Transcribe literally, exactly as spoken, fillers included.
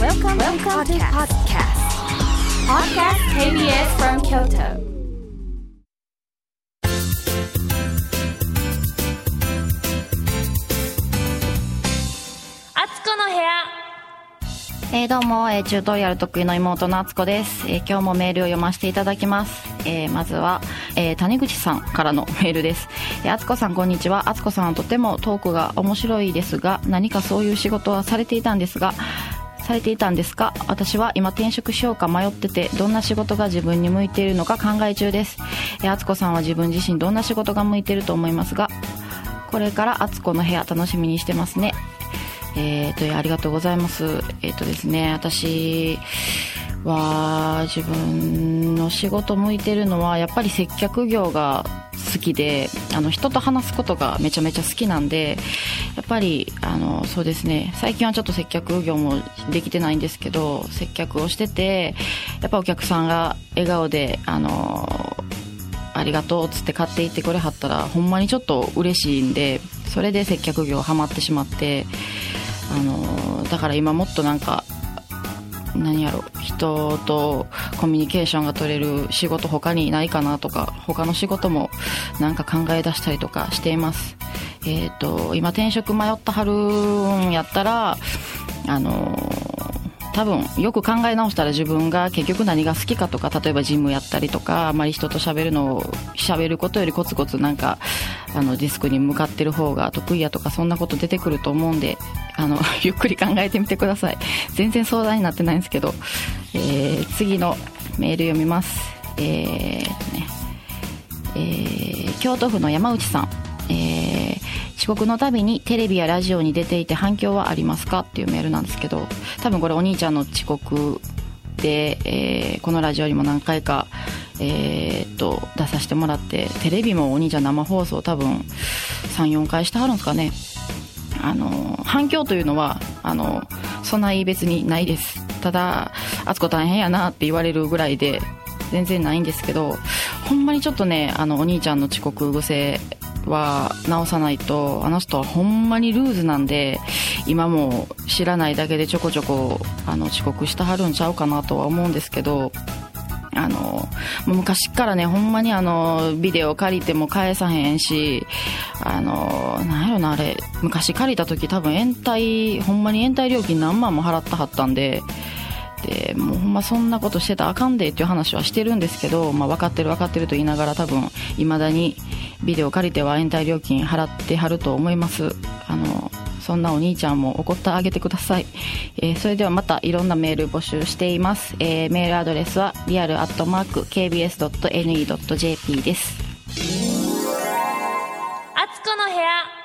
Welcome, Welcome to podcast. Podcast ケービーエス from Kyoto. あつこの部屋。 えー、どうも、えー、チュートリアル得意の妹のあつこです、えー、今日もメールを読ませていただきます、えー、まずは、えー、谷口さんからのメールです。えー、あつこさんこんにちは。あつこさんはとてもトークが面白いですが、何かそういう仕事はされていたんですがされていたんですか？私は今転職しようか迷ってて、どんな仕事が自分に向いているのか考え中です。えー、あつこさんは自分自身どんな仕事が向いていると思いますが、これからあつこの部屋楽しみにしてますね。えーと、ありがとうございます。えーとですね、私は自分の仕事向いてるのはやっぱり接客業が好きで、あの人と話すことがめちゃめちゃ好きなんで、やっぱりあのそうですね、最近はちょっと接客業もできてないんですけど、接客をしててやっぱお客さんが笑顔であのありがとうっつって買っていってくれはったらほんまにちょっと嬉しいんで、それで接客業ハマってしまって、あのだから今もっとなんか何やろ、人とコミュニケーションが取れる仕事他にないかなとか、他の仕事もなんか考え出したりとかしています。えーと今転職迷ったはるんやったら、あの多分よく考え直したら自分が結局何が好きかとか、例えばジムやったりとか、あまり人と喋るのを喋ることよりコツコツなんかあのディスクに向かってる方が得意やとか、そんなこと出てくると思うんで、あのゆっくり考えてみてください。全然相談になってないんですけど、えー、次のメール読みます。えーとねえー、京都府の山内さん、えー遅刻のたびにテレビやラジオに出ていて反響はありますかっていうメールなんですけど、多分これお兄ちゃんの遅刻で、えー、このラジオにも何回か、えー、っと出させてもらって、テレビもお兄ちゃん生放送多分 さん,よん 回してはるんですかね。あの反響というのはあのそんなに別にないです。ただあつこ大変やなって言われるぐらいで全然ないんですけど、ほんまにちょっとね、あのお兄ちゃんの遅刻癖は直さないと、あの人はほんまにルーズなんで、今も知らないだけでちょこちょこあの遅刻してはるんちゃうかなとは思うんですけど、あのもう昔からね、ほんまにあのビデオ借りても返さへんし、あのなんやろな、あれ昔借りた時多分延滞、ほんまに延滞料金何万も払ったはったんで、でもうほんまそんなことしてたらあかんでっていう話はしてるんですけど、まあ、分かってる分かってると言いながら多分いまだにビデオ借りては延滞料金払ってはると思います。あのそんなお兄ちゃんも怒ってあげてください。えー、それではまたいろんなメール募集しています。えー、メールアドレスはリアルアットマーク ケービーエスドットエヌイードットジェーピー です。 あつこの部屋。